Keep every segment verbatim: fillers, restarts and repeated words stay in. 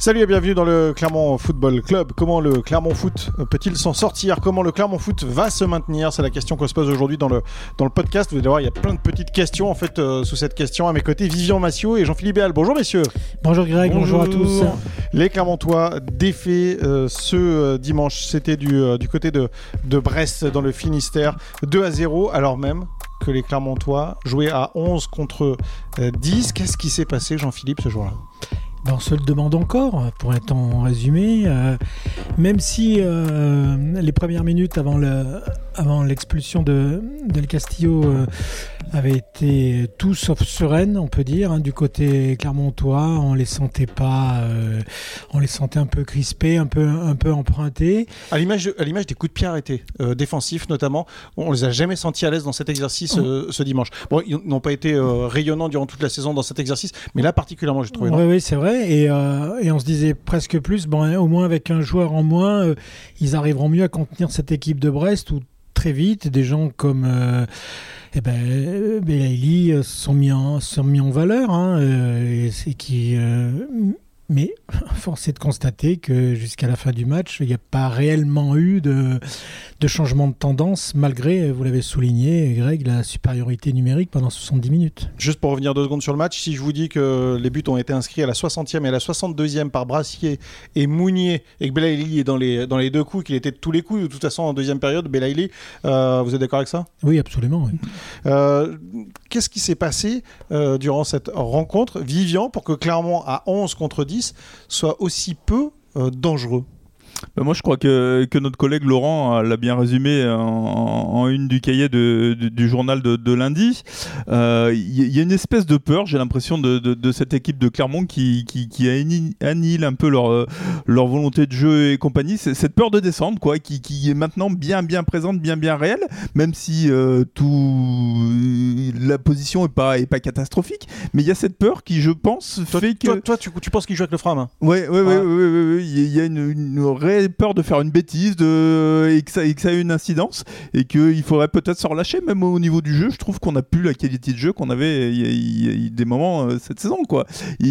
Salut et bienvenue dans le Clermont Football Club. Comment le Clermont Foot peut-il s'en sortir ? Comment le Clermont Foot va se maintenir ? C'est la question qu'on se pose aujourd'hui dans le, dans le podcast. Vous allez voir, il y a plein de petites questions en fait euh, sous cette question. À mes côtés, Vivian Massiot et Jean-Philippe Béal. Bonjour messieurs. Bonjour Greg, bonjour, bonjour à tous. Les Clermontois défaits euh, ce euh, dimanche. C'était du, euh, du côté de, de Brest dans le Finistère. deux à zéro alors même que les Clermontois jouaient à onze contre dix. Qu'est-ce qui s'est passé Jean-Philippe ce jour-là ? Ben, on se le demande encore, pour être en résumé. Euh, même si euh, les premières minutes avant, le, avant l'expulsion de Del Castillo euh, avaient été tout sauf sereines, on peut dire, hein, du côté clermontois, on les sentait pas, euh, on les sentait un peu crispés, un peu, un peu empruntés. À l'image, à l'image des coups de pied arrêtés, euh, défensifs notamment, on les a jamais sentis à l'aise dans cet exercice euh, ce dimanche. Bon, ils n'ont pas été euh, rayonnants durant toute la saison dans cet exercice, mais là particulièrement, j'ai trouvé. Oui, oui, c'est vrai. Et, euh, et on se disait presque plus, bon, au moins avec un joueur en moins, euh, ils arriveront mieux à contenir cette équipe de Brest où très vite, des gens comme euh, eh ben, Belaïli euh, sont mis en, sont mis en valeur, hein, euh, et, et qui, euh, mais force est de constater que jusqu'à la fin du match, il n'y a pas réellement eu de, de changement de tendance, malgré, vous l'avez souligné, Greg, la supériorité numérique pendant soixante-dix minutes. Juste pour revenir deux secondes sur le match, si je vous dis que les buts ont été inscrits à la soixantième et à la soixante-deuxième par Brassier et Mounier, et que Belaïli est dans les, dans les deux coups, qu'il était de tous les coups, de toute façon en deuxième période, Belaïli, euh, vous êtes d'accord avec ça ? Oui, absolument. Oui. Euh, qu'est-ce qui s'est passé euh, durant cette rencontre, Vivian, pour que Clermont à onze contre dix soit aussi peu euh, dangereux ? Ben moi, je crois que, que notre collègue Laurent l'a bien résumé en, en une du cahier de, de, du journal de, de lundi. Il euh, y, y a une espèce de peur, j'ai l'impression, de, de, de cette équipe de Clermont qui, qui, qui annihile un peu leur, leur volonté de jeu et compagnie. C'est cette peur de descendre, quoi, qui, qui est maintenant bien, bien présente, bien, bien réelle, même si euh, tout, la position n'est pas, est pas catastrophique. Mais il y a cette peur qui, je pense, toi, fait que... Toi, toi tu, tu penses qu'il joue avec le frein à main ? Oui, oui, oui. Il y a une, une peur de faire une bêtise de... et, que ça, et que ça ait une incidence et qu'il faudrait peut-être se relâcher même au niveau du jeu. Je trouve qu'on n'a plus la qualité de jeu qu'on avait il y a, il y a des moments euh, cette saison, quoi.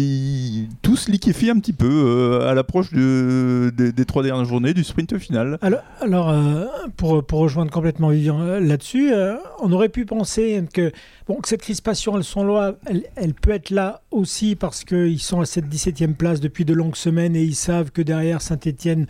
Et tout se liquéfie un petit peu euh, à l'approche de, de, des trois dernières journées du sprint final. Alors, alors euh, pour, pour rejoindre complètement Vivian euh, là-dessus, euh, on aurait pu penser que, bon, que cette crispation, elles sont là, elle, elle peut être là aussi parce qu'ils sont à cette dix-septième place depuis de longues semaines et ils savent que derrière Saint-Étienne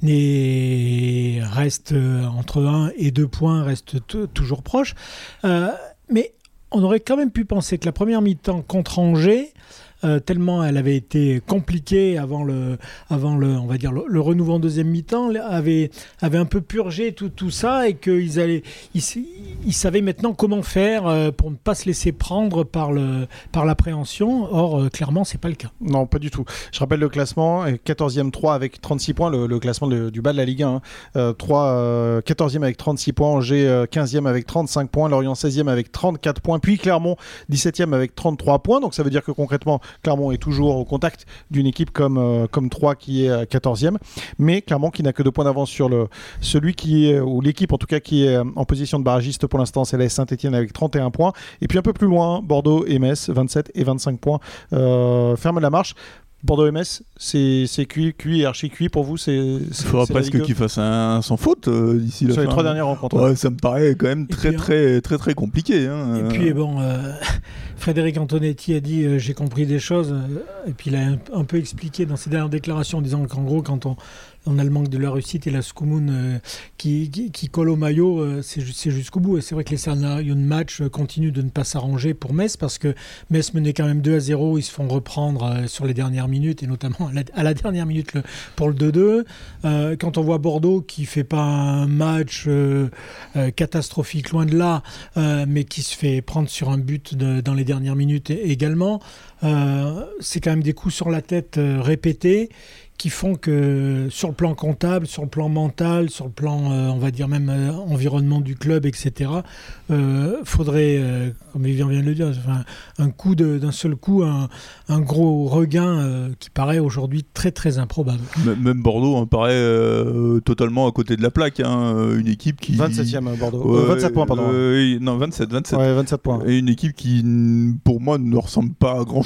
n'est... reste euh, entre un et deux points, reste t- toujours proche. Euh, mais on aurait quand même pu penser que la première mi-temps contre Angers, Euh, tellement elle avait été compliquée avant le, avant le, on va dire le, le renouveau en deuxième mi-temps, avait, avait un peu purgé tout, tout ça et qu'ils allaient, ils, ils savaient maintenant comment faire euh, pour ne pas se laisser prendre par le, par l'appréhension. Or, euh, clairement, c'est pas le cas. Non, pas du tout. Je rappelle le classement, quatorzième trois avec trente-six points, le, le classement de, du bas de la Ligue un. Hein. Euh, trois, euh, quatorzième avec trente-six points, Angers euh, quinzième avec trente-cinq points, Lorient seizième avec trente-quatre points, puis Clermont dix-septième avec trente-trois points. Donc ça veut dire que concrètement, Clermont est toujours au contact d'une équipe comme, euh, comme Troyes qui est quatorzième, mais Clermont qui n'a que deux points d'avance sur le, celui qui est, ou l'équipe en tout cas qui est en position de barragiste pour l'instant, c'est la Saint-Étienne avec trente et un points, et puis un peu plus loin, Bordeaux et Metz, vingt-sept et vingt-cinq points, euh, ferment la marche. Bordeaux M S, c'est, c'est cuit, cuit et archi cuit pour vous. C'est, c'est, il faudra c'est presque qu'il fasse un sans faute euh, d'ici la sur fin. les trois dernières rencontres. Ouais, ça me paraît quand même très, puis, très, très, très compliqué. Hein. Et puis, bon, euh, Frédéric Antonetti a dit euh, j'ai compris des choses. Euh, et puis, il a un, un peu expliqué dans ses dernières déclarations en disant qu'en gros, quand on, on a le manque de la réussite et la Scoumoun euh, qui, qui, qui colle au maillot, euh, c'est, c'est jusqu'au bout. Et c'est vrai que les scénarios de match euh, continuent de ne pas s'arranger pour Metz parce que Metz menait quand même deux à zéro. Ils se font reprendre euh, sur les dernières minutes et notamment à la, à la dernière minute le, pour le deux deux. Euh, quand on voit Bordeaux qui ne fait pas un match euh, euh, catastrophique, loin de là, euh, mais qui se fait prendre sur un but de, dans les dernières minutes également, euh, c'est quand même des coups sur la tête euh, répétés qui font que sur le plan comptable, sur le plan mental, sur le plan, euh, on va dire même euh, environnement du club, et cetera, euh, faudrait, euh, comme Vivian vient de le dire, enfin, un coup de, d'un seul coup, un, un gros regain euh, qui paraît aujourd'hui très très improbable. Même Bordeaux hein, paraît euh, totalement à côté de la plaque, hein, une équipe qui... vingt-septième Bordeaux, ouais, euh, vingt-sept points pardon. Euh, non, vingt-sept, vingt-sept. Ouais, vingt-sept points. Et une équipe qui, pour moi, ne ressemble pas à grand-chose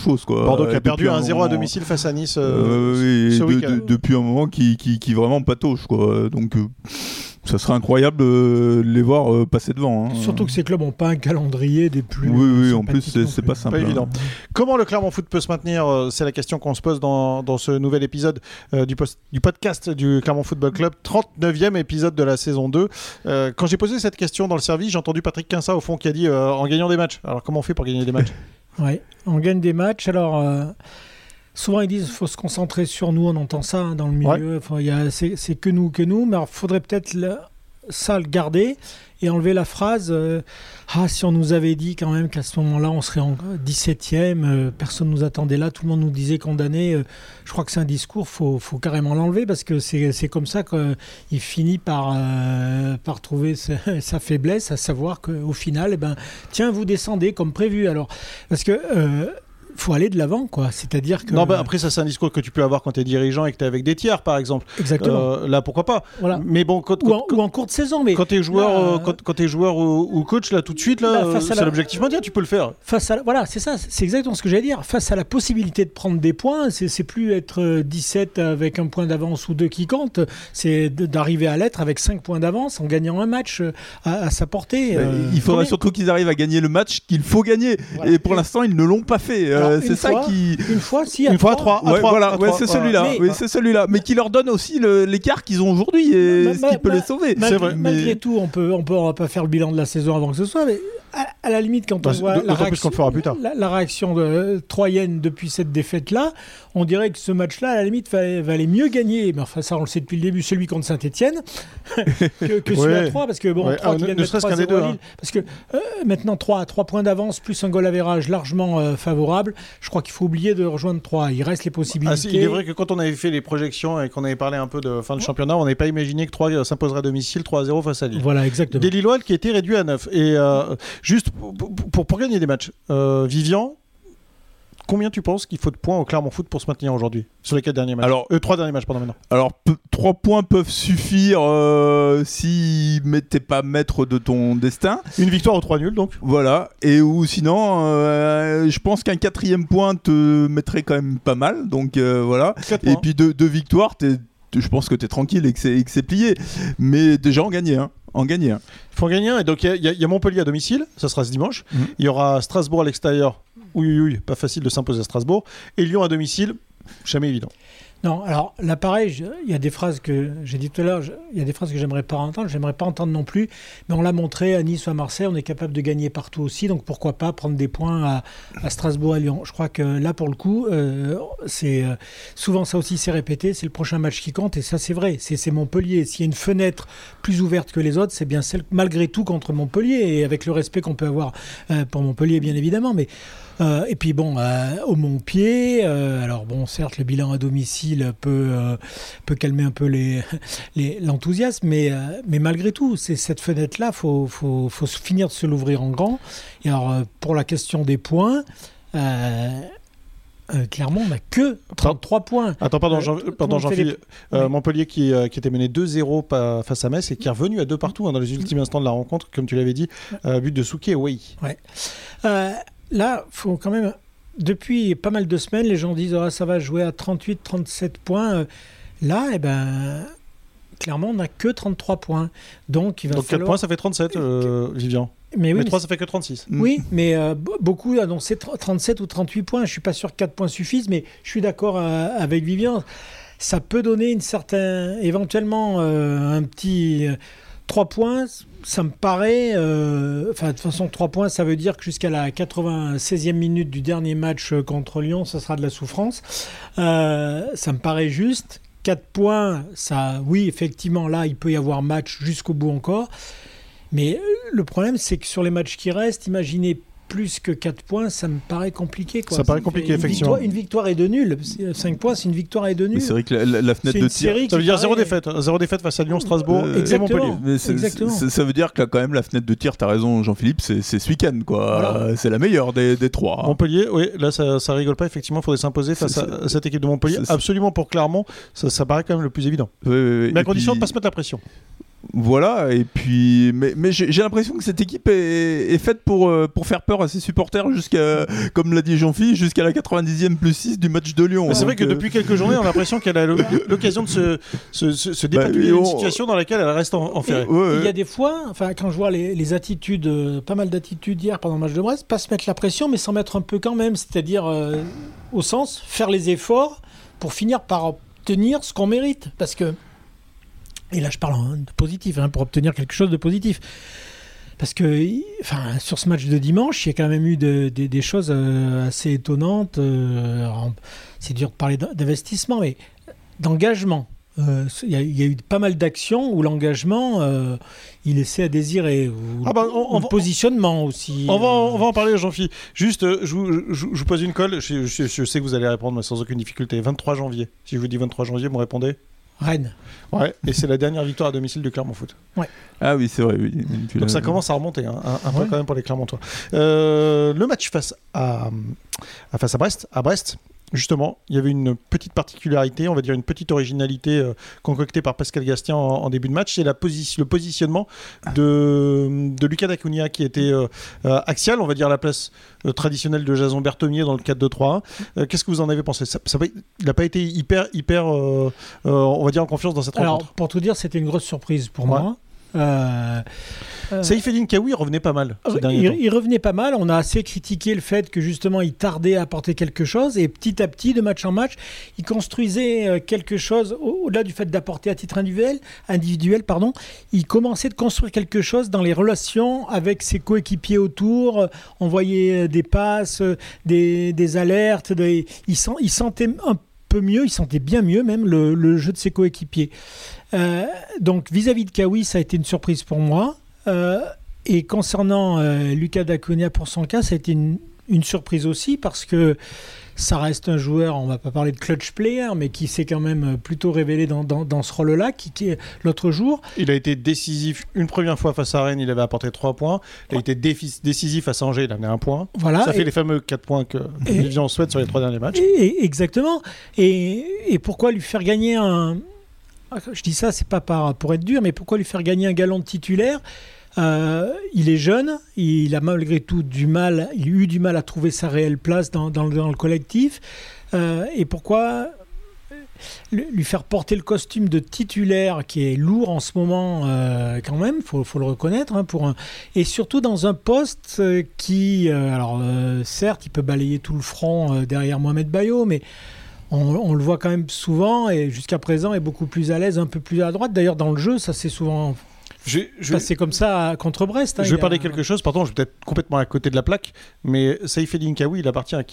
chose, quoi. Bordeaux qui a Et perdu depuis un un zéro moment- à domicile face à Nice Euh, euh, oui, ce de- week-end. de- depuis un moment qui, qui, qui vraiment patauge, quoi. Donc euh, ça serait incroyable de les voir euh, passer devant. Hein. Surtout que ces clubs n'ont pas un calendrier des plus. Oui, oui, en sympathiques plus, c'est- non c'est plus. pas simple. Pas hein. évident. Comment le Clermont Foot peut se maintenir euh, C'est la question qu'on se pose dans, dans ce nouvel épisode euh, du, post- du podcast du Clermont Football Club, trente-neuvième épisode de la saison deux. Euh, quand j'ai posé cette question dans le service, j'ai entendu Patrick Quinça au fond qui a dit euh, en gagnant des matchs. Alors comment on fait pour gagner des matchs? Ouais, on gagne des matchs. Alors, euh, souvent ils disent qu'il faut se concentrer sur nous. On entend ça hein, dans le milieu. Enfin, il y a- c'est, c'est que nous, que nous. Mais il faudrait peut-être le- ça le garder et enlever la phrase euh, ah, si on nous avait dit quand même qu'à ce moment-là, on serait en dix-septième, euh, personne ne nous attendait là, tout le monde nous disait condamné. Euh, je crois que c'est un discours, il faut, faut carrément l'enlever parce que c'est, c'est comme ça qu'il finit par, euh, par trouver sa, sa faiblesse, à savoir qu'au final, eh ben, tiens, vous descendez comme prévu. Alors, parce que euh, faut aller de l'avant, quoi. C'est-à-dire que. Non, bah, après, ça, c'est un discours que tu peux avoir quand tu es dirigeant et que tu es avec des tiers, par exemple. Exactement. Euh, là, pourquoi pas. Voilà. Mais bon, quand, Ou quand, en, ou en cours de saison, mais quand tu es joueur, là, euh, quand, quand t'es joueur ou, ou coach, là, tout de suite, là, Là, euh, face à c'est la- l'objectif maintien, tu peux le faire. face à la- voilà, c'est ça, c'est exactement ce que j'allais dire. Face à la possibilité de prendre des points, c'est, c'est plus être euh, dix-sept avec un point d'avance ou deux qui comptent, c'est de- d'arriver à l'être avec cinq points d'avance en gagnant un match euh, à, à sa portée. Euh, euh, il faudrait combien- surtout qu'ils arrivent à gagner le match qu'il faut gagner. Voilà. Et pour l'instant, ils ne l'ont pas fait. Euh, Alors, c'est une ça fois- qui. Une fois, si, à Une fois à trois. trois. À Ouais, trois, voilà, à ouais, trois, c'est voilà. celui-là. Mais- Oui, c'est celui-là. Mais qui leur donne aussi le- l'écart qu'ils ont aujourd'hui et Ma- ce ma- qui peut ma- les sauver. Malgré, C'est vrai, malgré mais- tout, on peut, on peut, on va pas faire le bilan de la saison avant que ce soit, mais à, à la limite, quand Bah, on voit d'autant la plus réaction, qu'on le fera plus tard. La, la réaction de, euh, troyenne depuis cette défaite-là, on dirait que ce match-là, à la limite, valait, valait mieux gagner. Mais enfin, ça, on le sait depuis le début, celui contre Saint-Etienne, que, que celui Ouais. à trois, parce que bon, Ouais. trois Ah, qui ne- vient de ne mettre serait-ce qu'un des trois zéro deux, à hein. Lille. Parce que euh, maintenant, trois points d'avance, plus un goal average largement euh, favorable, je crois qu'il faut oublier de rejoindre trois. Il reste les possibilités. Ah, si, il est vrai que quand on avait fait les projections et qu'on avait parlé un peu de fin de championnat, on n'avait pas imaginé que Troyes s'imposerait à domicile trois à zéro face à Lille. Voilà, exactement. Des Lillois qui étaient réduits à neuf. Et euh, juste pour, pour, pour gagner des matchs, euh, Vivian, combien tu penses qu'il faut de points au Clermont Foot pour se maintenir aujourd'hui sur les quatre derniers matchs? Alors- euh, trois derniers matchs, pardon, maintenant. Alors, peu- trois points peuvent suffire euh, si t'es pas maître de ton destin. Une victoire ou trois nuls, donc. Voilà. Et ou sinon, euh, je pense qu'un quatrième point te mettrait quand même pas mal. Donc euh, voilà. Quatre Et points. puis deux, deux victoires, t'es- je pense que t'es tranquille et que c'est, et que c'est plié. Mais déjà en gagner un. En gagner un. Il faut en gagner un. Et donc, il y, a- il y a- il y a Montpellier à domicile, ça sera ce dimanche. Mhm. Il y aura Strasbourg à l'extérieur. Oui, oui, oui, pas facile de s'imposer à Strasbourg. Et Lyon à domicile, jamais évident. Non, alors là, pareil, je- il y a des phrases que j'ai dit tout à l'heure, je- il y a des phrases que j'aimerais pas entendre, j'aimerais pas entendre non plus, mais on l'a montré à Nice ou à Marseille, on est capable de gagner partout aussi, donc pourquoi pas prendre des points à, à Strasbourg, à Lyon. Je crois que là, pour le coup, euh, c'est euh, souvent ça aussi, c'est répété, c'est le prochain match qui compte, et ça, c'est vrai, c'est, c'est Montpellier. S'il y a une fenêtre plus ouverte que les autres, c'est bien celle, malgré tout, contre Montpellier, et avec le respect qu'on peut avoir euh, pour Montpellier, bien évidemment, mais Euh, et puis bon, euh, au Montpied, euh, alors bon, certes, le bilan à domicile peut, euh, peut calmer un peu les, les, l'enthousiasme, mais, euh, mais malgré tout, c'est cette fenêtre-là, il faut, faut, faut se finir de se l'ouvrir en grand. Et alors, euh, pour la question des points, euh, euh, clairement, on n'a que trente-trois points. Attends, pardon, Euh, Jean, tout- pardon, tout le monde fait Jean-Philippe. les- Euh, Oui. Montpellier qui, euh, qui était mené deux zéro pa- face à Metz et qui est revenu à deux partout hein, dans les ultimes instants de la rencontre, comme tu l'avais dit, euh, but de Souquet, oui. Euh, là, faut quand même. Depuis pas mal de semaines, les gens disent ah, ça va jouer à trente-huit trente-sept points. Euh, Là, eh ben, clairement, on n'a que trente-trois points. Donc, il va Donc quatre falloir. points, ça fait trente-sept, euh, Vivian. Mais oui, mais mais trois, ça fait que trente-six. Oui, mais euh, b- beaucoup annonçaient tr- trente-sept ou trente-huit points. Je ne suis pas sûr que quatre points suffisent, mais je suis d'accord euh, avec Vivian. Ça peut donner une certaine, éventuellement euh, un petit euh, trois points. Ça me paraît. euh, Enfin, de toute façon, trois points, ça veut dire que jusqu'à la quatre-vingt-seizième minute du dernier match euh, contre Lyon, ça sera de la souffrance. Euh, ça me paraît juste. quatre points, ça, oui, effectivement, là, il peut y avoir match jusqu'au bout encore. Mais euh, le problème, c'est que sur les matchs qui restent, imaginez plus que quatre points, ça me paraît compliqué. Quoi. Ça paraît me compliqué, fait une effectivement. Victoire, une victoire et deux nuls. cinq points, c'est une victoire et deux Mais nuls. c'est vrai que la, la- la C'est fenêtre une de tir. série Ça qui veut dire zéro paraît- défaite. hein. Zéro défaite face à Lyon, Strasbourg Euh, et exactement. Montpellier. Mais c'est- Exactement. c'est- ça veut dire que là, quand même, la fenêtre de tir, t'as raison, Jean-Philippe, c'est, c'est ce week-end, quoi. Voilà. Euh, C'est la meilleure des, des trois. hein. Montpellier, oui, là ça, ça rigole pas, effectivement, il faudrait s'imposer face C'est- à, à cette équipe de Montpellier. c'est- Absolument pour Clermont, ça, ça paraît quand même le plus évident. Oui, oui, oui. Mais à Et condition de puis- ne pas se mettre la pression. Voilà, et puis, mais, mais j'ai, j'ai l'impression que cette équipe est, est faite pour, euh, pour faire peur à ses supporters jusqu'à, comme l'a dit Jean-Philippe, jusqu'à la quatre-vingt-dixième plus six du match de Lyon. Mais c'est vrai que euh... depuis quelques journées, on a l'impression qu'elle a l'occasion de se, se, se, se dépatouiller bah, d'une situation dans laquelle elle reste en, enferrée. Il ouais, ouais. y a des fois, enfin, quand je vois les, les attitudes, euh, pas mal d'attitudes hier pendant le match de Brest, pas se mettre la pression, mais s'en mettre un peu quand même, c'est-à-dire euh, au sens, faire les efforts pour finir par obtenir ce qu'on mérite. Parce que et là, je parle hein, de positif, hein, pour obtenir quelque chose de positif. Parce que enfin, sur ce match de dimanche, il y a quand même eu de, de, des choses euh, assez étonnantes. Euh, alors, c'est dur de parler d'investissement, mais d'engagement. Euh, il, y a, il y a eu pas mal d'actions où l'engagement, euh, il laissait à désirer. Ou, ah bah, on, on, le positionnement aussi. On va, on va en parler, Jean-Philippe. Juste, euh, je, vous, je, je vous pose une colle. Je, je, je sais que vous allez répondre, mais sans aucune difficulté. vingt-trois janvier. Si je vous dis vingt-trois janvier, vous me répondez ? Rennes. Ouais, et c'est la dernière victoire à domicile du Clermont Foot. Ouais. Ah oui, c'est vrai. Oui. Donc ça commence à remonter, hein, un, un ouais. peu quand même pour les Clermontois. Euh, le match face à, à, face à Brest, à Brest, justement, il y avait une petite particularité, on va dire une petite originalité euh, concoctée par Pascal Gastien en, en début de match, c'est la posi- le positionnement de, de Lucas Dacunia qui était euh, euh, axial, on va dire à la place euh, traditionnelle de Jason Berthomier dans le quatre deux trois un. Euh, qu'est-ce que vous en avez pensé ? ça, ça, Il n'a pas été hyper, hyper euh, euh, on va dire en confiance dans cette Alors, rencontre. Alors, pour tout dire, c'était une grosse surprise pour ouais. moi. Euh, euh, Saïf Eddine Kaoui revenait pas mal. Il, il revenait pas mal. On a assez critiqué le fait que justement il tardait à apporter quelque chose et petit à petit, de match en match, il construisait quelque chose au- au-delà du fait d'apporter à titre individuel. individuel pardon, il commençait de construire quelque chose dans les relations avec ses coéquipiers autour. On voyait des passes, des, des alertes. Des, il, sent, il sentait un peu mieux, il sentait bien mieux même le, le jeu de ses coéquipiers. Euh, donc vis-à-vis de Kaoui, ça a été une surprise pour moi. Euh, et concernant euh, Lucas Dacunia pour son cas, ça a été une, une surprise aussi parce que ça reste un joueur, on ne va pas parler de clutch player, mais qui s'est quand même plutôt révélé dans, dans, dans ce rôle-là, qui, qui est l'autre jour. Il a été décisif une première fois face à Rennes, il avait apporté trois points. Il a été défi- décisif face à Angers, il a amené un point. Voilà, ça fait et, les fameux quatre points que Vivian souhaite sur les trois derniers matchs. Et, et, exactement. Et, et pourquoi lui faire gagner un... Je dis ça, c'est pas par, pour être dur, mais pourquoi lui faire gagner un galon de titulaire ? Euh, il est jeune, il a malgré tout du mal, il a eu du mal à trouver sa réelle place dans, dans, dans le collectif. Euh, et pourquoi lui faire porter le costume de titulaire qui est lourd en ce moment, euh, quand même, il faut, faut le reconnaître, hein, pour un... et surtout dans un poste qui, euh, alors euh, certes, il peut balayer tout le front euh, derrière Mohamed Bayo, mais On, on le voit quand même souvent et jusqu'à présent est beaucoup plus à l'aise, un peu plus à droite. D'ailleurs, dans le jeu, ça s'est souvent je, je, passé comme ça contre Brest. Hein, je vais parler a... quelque chose, pardon, je vais peut-être complètement à côté de la plaque, mais Saïf Eddine Kaoui, il appartient à qui ?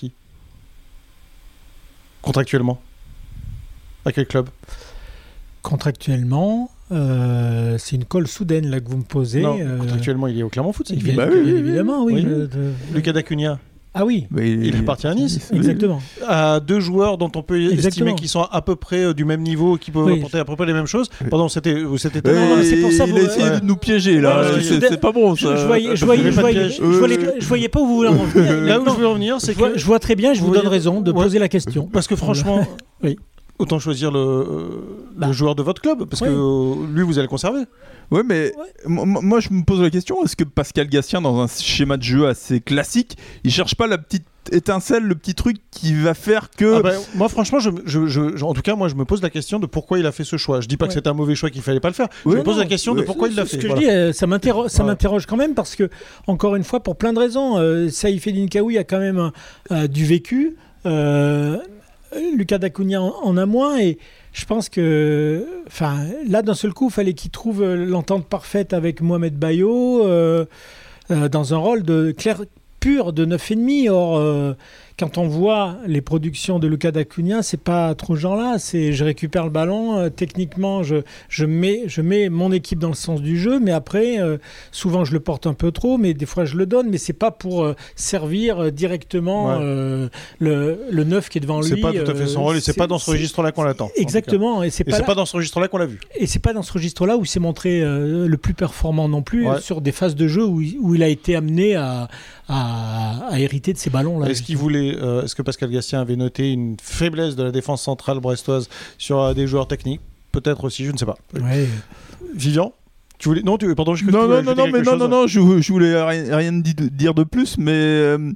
Contractuellement ? À quel club ? Contractuellement, euh, c'est une colle soudaine là que vous me posez. Non, euh... contractuellement, il est au Clermont Foot. Il bah oui, oui, évidemment, oui. oui. Euh, de... Lucas Dacunia. Ah oui, bah, il, il appartient à Nice. Exactement. À deux joueurs dont on peut Exactement. estimer qu'ils sont à peu près euh, du même niveau, qui peuvent oui. apporter à peu près les mêmes choses. Oui. Pardon, c'était c'était oui, tellement... c'est pour ça. Il a essayé ouais. de nous piéger là. Ouais, c'est, c'est pas bon ça. Je, je voyais, je voyais, je voyais, je voyais, je voyais pas où vous voulez en venir. Là où je veux en venir, c'est je vois, que je vois très bien. Je vous, vous donne raison de ouais. poser la question. Parce que franchement, oui. Autant choisir le, euh, bah. le joueur de votre club, parce oui. que euh, lui, vous allez le conserver. Oui, mais ouais. m- moi, je me pose la question, est-ce que Pascal Gastien, dans un schéma de jeu assez classique, il cherche pas la petite étincelle, le petit truc qui va faire que... Ah bah, moi, franchement, je, je, je, en tout cas, moi, je me pose la question de pourquoi il a fait ce choix. Je dis pas ouais. que c'est un mauvais choix, qu'il fallait pas le faire. Oui, je me pose non, la question oui. de pourquoi il l'a ce fait. Ce que voilà. je dis, ça m'interroge, ça voilà. m'interroge quand même, parce que, encore une fois, pour plein de raisons, euh, Saïf Eddine Kaoui a quand même un, euh, du vécu. Euh, Lucas Dacunia en, en a moins, et je pense que, enfin, là, d'un seul coup, il fallait qu'il trouve l'entente parfaite avec Mohamed Bayo euh, euh, dans un rôle de clair pur de neuf virgule cinq. Or, euh, quand on voit les productions de Lucas Dacunia, c'est pas trop ce genre-là. C'est je récupère le ballon, euh, techniquement, je, je, mets, je mets mon équipe dans le sens du jeu, mais après, euh, souvent, je le porte un peu trop, mais des fois, je le donne, mais c'est pas pour euh, servir euh, directement ouais. euh, le, le neuf qui est devant c'est lui. C'est pas tout à fait son rôle, et c'est, c'est pas dans ce registre-là qu'on l'attend. Exactement. Et c'est, et pas, c'est là... pas dans ce registre-là qu'on l'a vu. Et c'est pas dans ce registre-là où il s'est montré euh, le plus performant non plus, ouais. sur des phases de jeu où, où il a été amené à, à, à hériter de ces ballons-là. Est-ce qu'il voulait, euh, est-ce que Pascal Gastien avait noté une faiblesse de la défense centrale brestoise sur euh, des joueurs techniques ? Peut-être aussi, je ne sais pas. Ouais. Vivian ? Tu voulais... Non, tu... pardon, je non, non, non, non, mais non, non, non, je, je voulais rien, rien dire de plus, mais euh,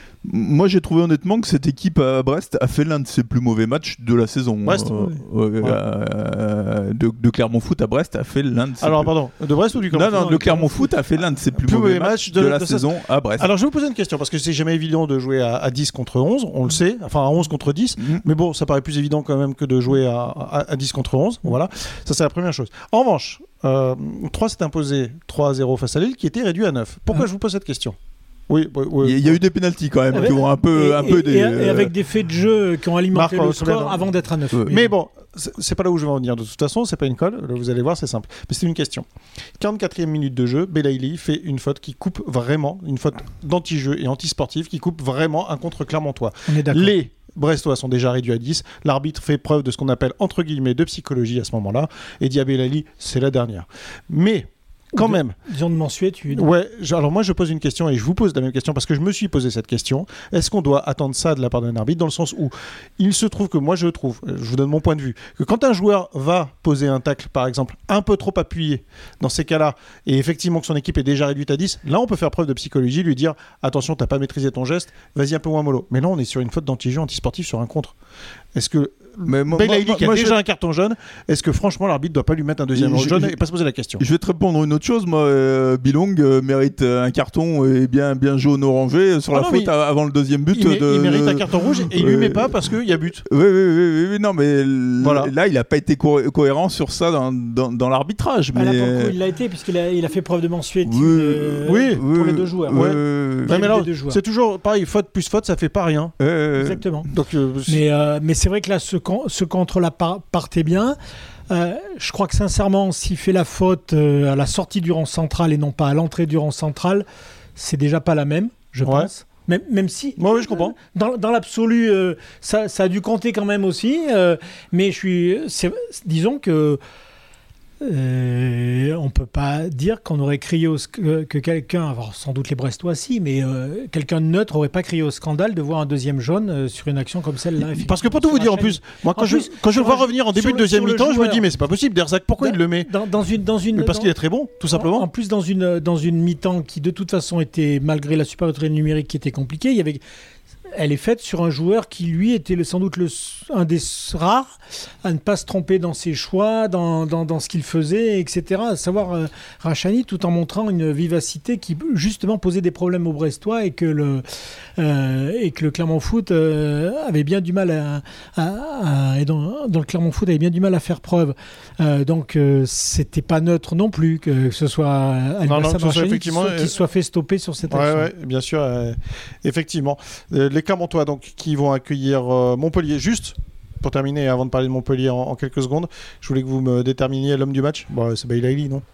moi j'ai trouvé honnêtement que cette équipe à Brest a fait l'un de ses plus mauvais matchs de la saison. Brest, euh, ouais. euh, Ouais. Euh, de, de Clermont Foot à Brest a fait l'un de ses Alors, plus... pardon, de Brest ou du Clermont Non, non, le Clermont Foot a fait l'un de ses plus, plus mauvais matchs de, de la de saison sa... à Brest. Alors, je vais vous poser une question, parce que c'est jamais évident de jouer à, à dix contre onze, on le sait, enfin à onze contre dix, mmh. mais bon, ça paraît plus évident quand même que de jouer à, à, à dix contre onze, mmh. voilà, ça c'est la première chose. En revanche, euh, Troyes s'est imposé trois à zéro face à Lille, qui était réduit à neuf. Pourquoi mmh. je vous pose cette question ? Oui, oui, oui. Il y a eu des pénaltys quand même avec, qui ont un peu, et, un peu et, des. Et, et avec des faits de jeu qui ont alimenté Marc, le score bien, avant d'être à neuf. Ouais. Mais bon, c'est, c'est pas là où je vais en venir. De toute façon, c'est pas une colle. Vous allez voir, c'est simple. Mais c'est une question. quarante-quatrième minute de jeu, Belaïli fait une faute qui coupe vraiment, une faute d'anti-jeu et anti-sportif qui coupe vraiment un contre Clermontois. On est d'accord. Les Brestois sont déjà réduits à dix. L'arbitre fait preuve de ce qu'on appelle entre guillemets de psychologie à ce moment-là. Et dit à Belaïli, c'est la dernière. Mais quand de, même. Disons de mensuétude. Ouais, alors moi je pose une question et je vous pose la même question parce que je me suis posé cette question. Est-ce qu'on doit attendre ça de la part d'un arbitre, dans le sens où il se trouve que moi je trouve, je vous donne mon point de vue, que quand un joueur va poser un tacle par exemple un peu trop appuyé dans ces cas-là et effectivement que son équipe est déjà réduite à dix, là on peut faire preuve de psychologie, lui dire attention, t'as pas maîtrisé ton geste, vas-y un peu moins mollo. Mais là on est sur une faute d'anti-jeu anti-sportif sur un contre. Est-ce que mais moi, Belaïli qui a déjà je... un carton jaune, est-ce que franchement l'arbitre doit pas lui mettre un deuxième je, jaune je, et pas se poser la question? Je vais te répondre une autre chose. Moi, euh, Bilong euh, mérite un carton et bien, bien jaune orangé sur ah la non, faute avant le deuxième but. Il, de... il mérite un carton rouge et il euh... lui met pas parce qu'il y a but. Oui, oui, oui, oui non, mais voilà. Là il n'a pas été co- cohérent sur ça dans, dans, dans l'arbitrage. Mais... Ah, là, pour le coup, il l'a été puisqu'il a, il a fait preuve de mensuétude oui, euh, oui, pour oui, les deux joueurs. Ouais. Ouais. Ouais, mais là, c'est toujours pareil, faute plus faute, ça fait pas rien. Euh... Exactement. Donc, euh, mais, euh, mais c'est vrai que là, ce, ce contre-là partait bien. Euh, je crois que sincèrement, s'il fait la faute euh, à la sortie du rang central et non pas à l'entrée du rang central, c'est déjà pas la même, je ouais. pense. Même, même si, moi, oui, je comprends. Dans, dans l'absolu, euh, ça, ça a dû compter quand même aussi. Euh, mais je suis, c'est, disons que Euh, on peut pas dire qu'on aurait crié au que, que quelqu'un, alors sans doute les Brestois si, mais euh, quelqu'un de neutre aurait pas crié au scandale de voir un deuxième jaune euh, sur une action comme celle-là. Parce que pour tout vous dire en plus, moi quand en je plus, quand je le vois revenir en début de deuxième mi-temps, je me dis mais c'est pas possible, Derzac, pourquoi dans, il le met dans, dans une dans une mais parce dans, qu'il est très bon, tout simplement. En, en plus dans une dans une mi-temps qui de toute façon était, malgré la supériorité numérique qui était compliquée, il y avait elle est faite sur un joueur qui, lui, était le, sans doute le, un des rares à ne pas se tromper dans ses choix, dans, dans, dans ce qu'il faisait, et cetera. À savoir euh, Rachani, tout en montrant une vivacité qui, justement, posait des problèmes aux Brestois et que le, euh, et que le Clermont Foot euh, avait bien du mal à... à, à et dans, dans le Clermont Foot avait bien du mal à faire preuve. Euh, donc, euh, c'était pas neutre non plus, que, que ce soit Albassam Rachani qui, soit, qui soit fait stopper sur cette action. Oui, ouais, bien sûr, euh, effectivement. Euh, les Clermontois donc qui vont accueillir euh, Montpellier. Juste pour terminer, avant de parler de Montpellier en, en quelques secondes, je voulais que vous me déterminiez l'homme du match. Bon, c'est Belaïli, non?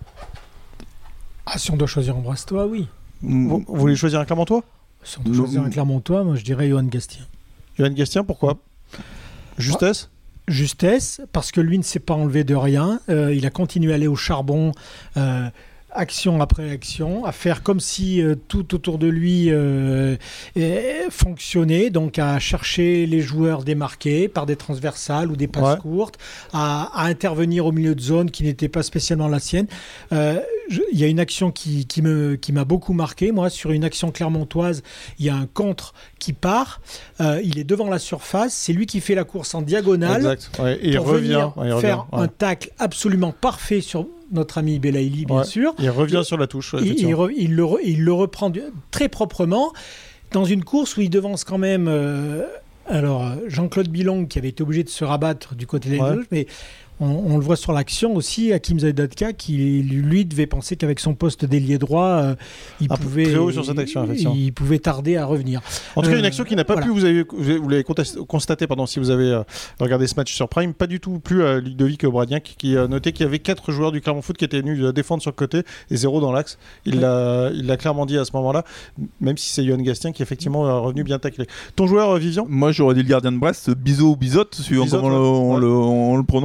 Ah, si on doit choisir un Brestois, oui. Vous, vous voulez choisir un Clermontois? Si on doit choisir un Clermontois, moi je dirais Johan Gastien. Johan Gastien, pourquoi? Justesse? ah, Justesse, parce que lui ne s'est pas enlevé de rien. Euh, il a continué à aller au charbon. Euh, action après action, à faire comme si euh, tout autour de lui euh, fonctionnait, donc à chercher les joueurs démarqués par des transversales ou des passes ouais. courtes, à, à intervenir au milieu de zone qui n'était pas spécialement la sienne. Euh, il y a une action qui, qui, me, qui m'a beaucoup marqué, moi, sur une action clermontoise, il y a un contre qui part, euh, il est devant la surface, c'est lui qui fait la course en diagonale, exact. Ouais, et pour il revient, venir ouais, il faire revient, ouais. un tacle absolument parfait sur notre ami Belaïli, bien ouais. sûr. Il revient et, sur la touche. Il, il, re, il, le, il le reprend très proprement dans une course où il devance quand même euh, alors, Jean-Claude Bilong qui avait été obligé de se rabattre du côté des ouais. gauche, mais on, on le voit sur l'action aussi, Hakim Zaidatka qui lui devait penser qu'avec son poste d'ailier droit, euh, il, un pouvait, très haut sur cette action, il, il pouvait tarder à revenir. En tout cas, euh, une action qui n'a pas voilà. plu, vous, avez, vous l'avez constaté pardon, si vous avez euh, regardé ce match sur Prime, pas du tout plu à Ludovic Bradiac qui a noté qu'il y avait quatre joueurs du Clermont Foot qui étaient venus défendre sur le côté et zéro dans l'axe. Il l'a ouais. il clairement dit à ce moment-là, même si c'est Johan Gastien qui est effectivement euh, revenu bien taclé. Ton joueur, euh, Vivian? Moi, j'aurais dit le gardien de Brest, Bizot ou Bizot, suivant comment ouais. on, ouais. le, on le prononce.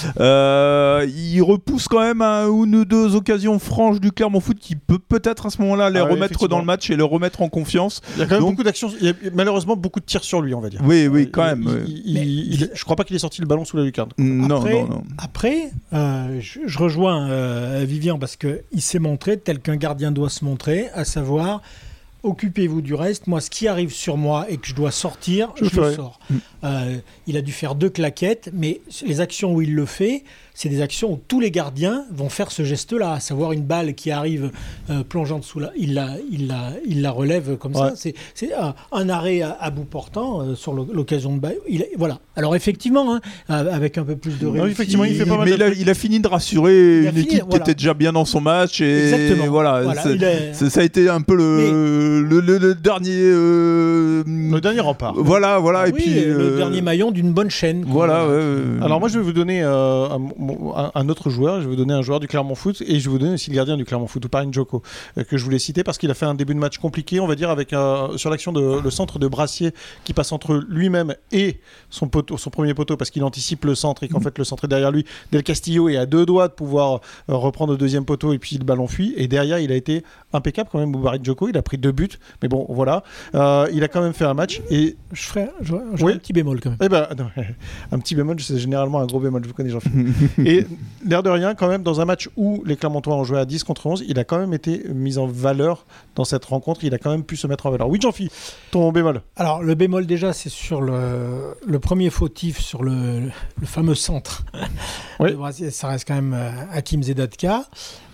Euh, il repousse quand même un, une ou deux occasions franches du Clermont Foot qui peut peut-être à ce moment-là les ah, remettre oui, dans le match et le remettre en confiance. Il y a quand même Donc... beaucoup d'actions, il y a malheureusement beaucoup de tirs sur lui, on va dire. Oui, oui, quand euh, même. Il, il, Mais... il, je crois pas qu'il ait sorti le ballon sous la lucarne. Non, après, non, non. Après, euh, je, je rejoins euh, Vivian parce qu'il s'est montré tel qu'un gardien doit se montrer, à savoir occupez-vous du reste. Moi, ce qui arrive sur moi et que je dois sortir, je, je le sors. Mmh. Euh, il a dû faire deux claquettes, mais les actions où il le fait, c'est des actions où tous les gardiens vont faire ce geste-là, à savoir une balle qui arrive euh, plongeante sous la... Il la, il la, il la relève comme ouais. ça. C'est, c'est un, un arrêt à, à bout portant euh, sur l'occasion de balle. Il, voilà. Alors effectivement, hein, avec un peu plus de réussite... Effectivement, il fait pas mal mais de... il, a, il a fini de rassurer une fini, équipe voilà. qui était déjà bien dans son match. Et Exactement. Voilà, voilà c'est, est... c'est, ça a été un peu le, mais... le, le, le dernier... Euh... Le dernier rempart. Voilà, voilà. Ah, et oui, puis, le euh... dernier maillon d'une bonne chaîne. Voilà. Euh... Alors moi, je vais vous donner euh, un, un autre joueur, je vais vous donner un joueur du Clermont Foot et je vais vous donner aussi le gardien du Clermont Foot, Ouparine Djoko, euh, que je voulais citer parce qu'il a fait un début de match compliqué, on va dire, avec euh, sur l'action de le centre de Brassier qui passe entre lui-même et son, poteau, son premier poteau parce qu'il anticipe le centre et qu'en mmh. fait le centre est derrière lui. Del Castillo est à deux doigts de pouvoir euh, reprendre le deuxième poteau et puis le ballon fuit et derrière il a été impeccable quand même, Ouparine Djoko, il a pris deux buts, mais bon voilà, euh, il a quand même fait un match et je ferai, je, je oui. un petit bémol quand même. Eh ben, non, un petit bémol, c'est généralement un gros bémol, je vous connais Jean-Philippe. Et l'air de rien, quand même, dans un match où les Clermontois ont joué à dix contre onze, il a quand même été mis en valeur dans cette rencontre. Il a quand même pu se mettre en valeur. Oui, Jean-Philippe, ton bémol. Alors, le bémol, déjà, c'est sur le, le premier fautif, sur le, le fameux centre. Oui. Ça reste quand même Hakim Zedatka,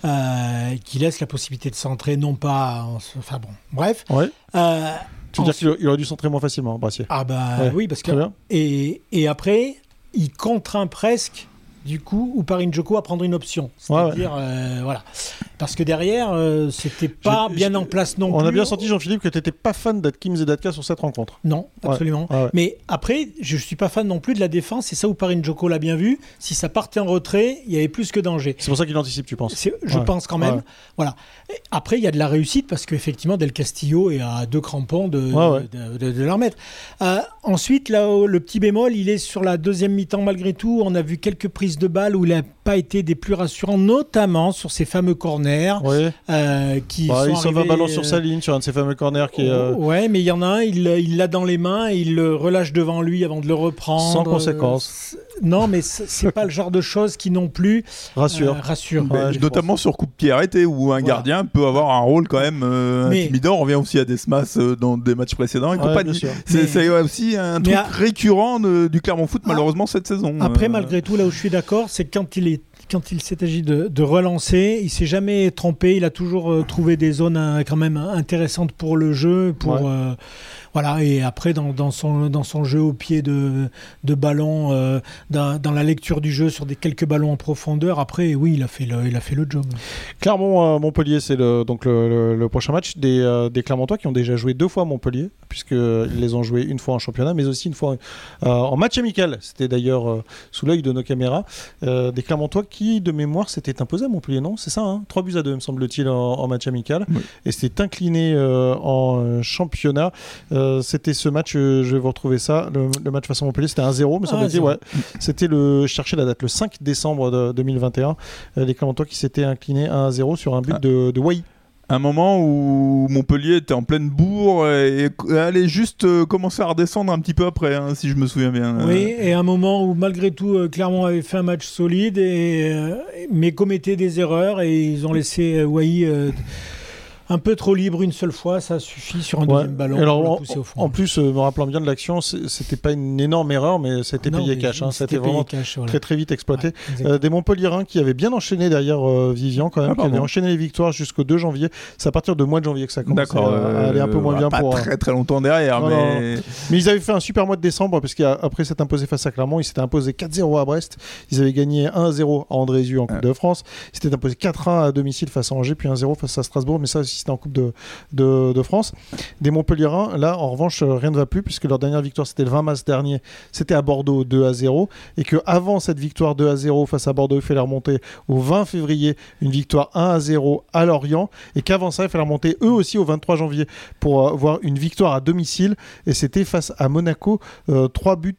euh, qui laisse la possibilité de centrer, non pas... En, enfin bon, bref. Oui. Euh, tu veux dire qu'il aurait dû centrer moins facilement, Brassier? Ah bah ouais. oui, parce que... Et, et après, il contraint presque... du coup, Ouparine Djoko à prendre une option. C'est-à-dire, ouais, ouais. Euh, voilà. Parce que derrière, euh, c'était pas j'ai, bien j'ai, en place non on plus. On a bien senti, Jean-Philippe, que tu n'étais pas fan d'Hakim Zedatka sur cette rencontre. Non, absolument. Ouais, ouais. Mais après, je ne suis pas fan non plus de la défense, et ça, Ouparine Djoko l'a bien vu. Si ça partait en retrait, il y avait plus que danger. C'est pour ça qu'il anticipe, tu penses? C'est, Je ouais. pense quand même. Ouais. Voilà. Et après, il y a de la réussite, parce qu'effectivement, Del Castillo est à deux crampons de, ouais, ouais. de, de, de, de leur mettre. Euh, ensuite, là, le petit bémol, il est sur la deuxième mi-temps, malgré tout. On a vu quelques prises de balles où il a pas été des plus rassurants, notamment sur ces fameux corners oui. euh, qui bah, sont il sauve un ballon sur sa ligne sur un de ces fameux corners qui est euh... ouais, mais il y en a un, il, il l'a dans les mains et il le relâche devant lui avant de le reprendre sans conséquence. Non, mais c'est pas le genre de choses qui non plus rassure, euh, rassure. Ouais, notamment sur coup de pied arrêté où un voilà. gardien peut avoir un rôle quand même euh, mais... intimidant. On revient aussi à Desmas euh, dans des matchs précédents et ouais, compagnie. C'est, mais... c'est aussi un truc à... récurrent de, du Clermont Foot malheureusement ah. cette saison. Après, euh... malgré tout, là où je suis d'accord, c'est quand il est quand il s'est agi de, de relancer, il s'est jamais trompé. Il a toujours euh, trouvé des zones euh, quand même intéressantes pour le jeu, pour ouais. euh, voilà. Et après, dans, dans son dans son jeu au pied de de ballon, euh, dans, dans la lecture du jeu sur des quelques ballons en profondeur. Après, oui, il a fait le il a fait le job. Clermont euh, Montpellier, c'est le donc le, le, le prochain match des euh, des Clermontois qui ont déjà joué deux fois à Montpellier, puisqu'ils les ont joués une fois en championnat, mais aussi une fois euh, en match amical. C'était d'ailleurs euh, sous l'œil de nos caméras euh, des Clermontois qui qui, de mémoire, s'était imposé à Montpellier, non? C'est ça, hein, trois buts à deux, me semble-t-il, en, en match amical. Oui. Et c'était incliné euh, en championnat. Euh, c'était ce match, euh, je vais vous retrouver ça, le, le match face à Montpellier, c'était un zéro, me semble-t-il. Ah, ouais. C'était, le, je cherchais la date, le cinq décembre de, deux mille vingt et un. Euh, les Clermontois qui s'étaient inclinés un à zéro sur un but ah. de, de Wai. Un moment où Montpellier était en pleine bourre et, et allait juste euh, commencer à redescendre un petit peu après, hein, si je me souviens bien. Oui, et un moment où malgré tout, euh, Clermont avait fait un match solide, et, euh, mais commettait des erreurs et ils ont laissé euh, Wai euh, un peu trop libre une seule fois, ça suffit sur un ouais. deuxième ballon alors, pour en, le pousser au fond. En plus, euh, me rappelant bien de l'action, c'était pas une énorme erreur, mais ça a été non, payé cash. Hein, ça a été vraiment cash, voilà. très très vite exploité. Ouais, euh, des Montpelliérains qui avaient bien enchaîné derrière euh, Vivian quand même, ah, qui avaient enchaîné les victoires jusqu'au deux janvier. C'est à partir de mois de janvier que ça commence à euh, aller un peu moins bien pas pour. Pas très très longtemps derrière, non, mais. Non. Mais ils avaient fait un super mois de décembre parce qu'après s'être imposé face à Clermont, ils s'étaient imposés quatre zéro à Brest. Ils avaient gagné un à zéro à Andrézieux en Coupe ouais. de France. Ils s'étaient imposés quatre un à domicile face à Angers, puis un zéro face à Strasbourg. Mais ça aussi, c'était en Coupe de, de, de France. Des Montpelliérains, là, en revanche, rien ne va plus, puisque leur dernière victoire, c'était le vingt mars dernier, c'était à Bordeaux, deux à zéro, et qu'avant cette victoire deux à zéro face à Bordeaux, il fallait remonter au vingt février, une victoire un à zéro à Lorient, et qu'avant ça, il fallait remonter eux aussi au vingt-trois janvier pour euh, voir une victoire à domicile, et c'était face à Monaco, euh, trois buts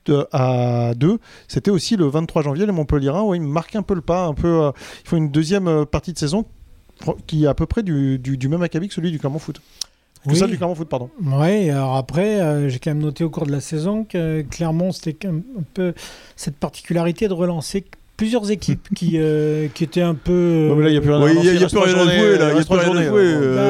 à deux. C'était aussi le vingt-trois janvier, les Montpelliérains, où ils marquent un peu le pas, un peu, euh, il faut une deuxième euh, partie de saison qui est à peu près du, du, du même acabit que celui du Clermont Foot. Que oui. ça du Clermont Foot, pardon. Oui, alors après, euh, j'ai quand même noté au cours de la saison que Clermont, c'était un, un peu cette particularité de relancer plusieurs équipes qui, euh, qui étaient un peu... Euh... Non, mais là, il n'y a plus rien oui, à Il n'y a, a plus rien à jouer, là. Il n'y a plus rien à jouer.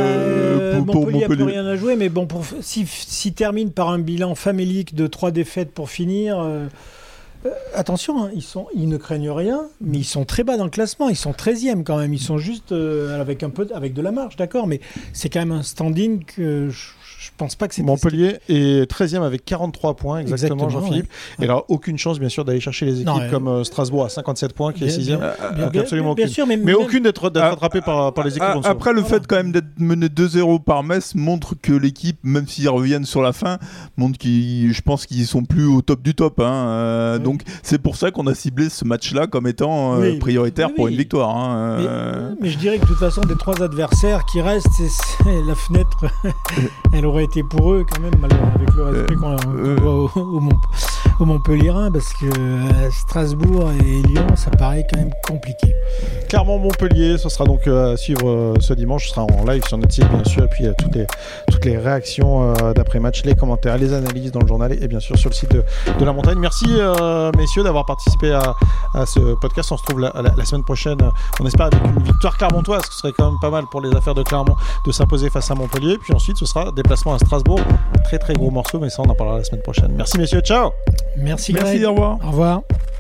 Euh, pour, pour Montpellier, il n'y a plus rien à jouer, mais bon, pour, s'ils si terminent par un bilan famélique de trois défaites pour finir... Euh, Euh, attention, hein, ils, sont, ils ne craignent rien, mais ils sont très bas dans le classement. Ils sont treizième quand même. Ils sont juste euh, avec, un peu, avec de la marge, d'accord, mais c'est quand même un standing que je, je pense pas que c'est... Montpellier est treizième avec quarante-trois points, exactement, exactement Jean-Philippe. Ouais. Et alors, aucune chance, bien sûr, d'aller chercher les équipes non, comme euh, Strasbourg à cinquante-sept points, qui est sixième. Bien, bien, absolument bien, aucune. Bien sûr, mais mais même... aucune d'être, d'être ah, attrapée par, par les équipes ah, en dessous. Après, le voilà. fait quand même d'être mené deux zéro par Metz montre que l'équipe, même s'ils reviennent sur la fin, montre qu'ils, je pense qu'ils sont plus au top du top. Hein. Euh, oui. Donc, c'est pour ça qu'on a ciblé ce match-là comme étant euh, oui, prioritaire oui, pour oui. une victoire. Hein. Mais, euh... mais je dirais que de toute façon, des trois adversaires qui restent, c'est, c'est la fenêtre, elle aurait été pour eux quand même, avec le respect euh, qu'on, qu'on euh... voit au, au, Mont, au Montpellierin, parce que euh, Strasbourg et Lyon, ça paraît quand même compliqué. Clermont-Montpellier, ce sera donc euh, à suivre euh, ce dimanche, ce sera en live sur notre site bien sûr, et puis euh, toutes, les, toutes les réactions euh, d'après-match, les commentaires, les analyses dans le journal et bien sûr sur le site de, de la montagne. Merci euh, messieurs d'avoir participé à, à ce podcast. On se retrouve la, la, la semaine prochaine, on espère avec une victoire clermontoise, ce serait quand même pas mal pour les affaires de Clermont de s'imposer face à Montpellier, puis ensuite ce sera déplacement à Strasbourg, un très très gros morceau, mais ça on en parlera la semaine prochaine. Merci messieurs, ciao. Merci, Merci, Greg. Au revoir. Au revoir.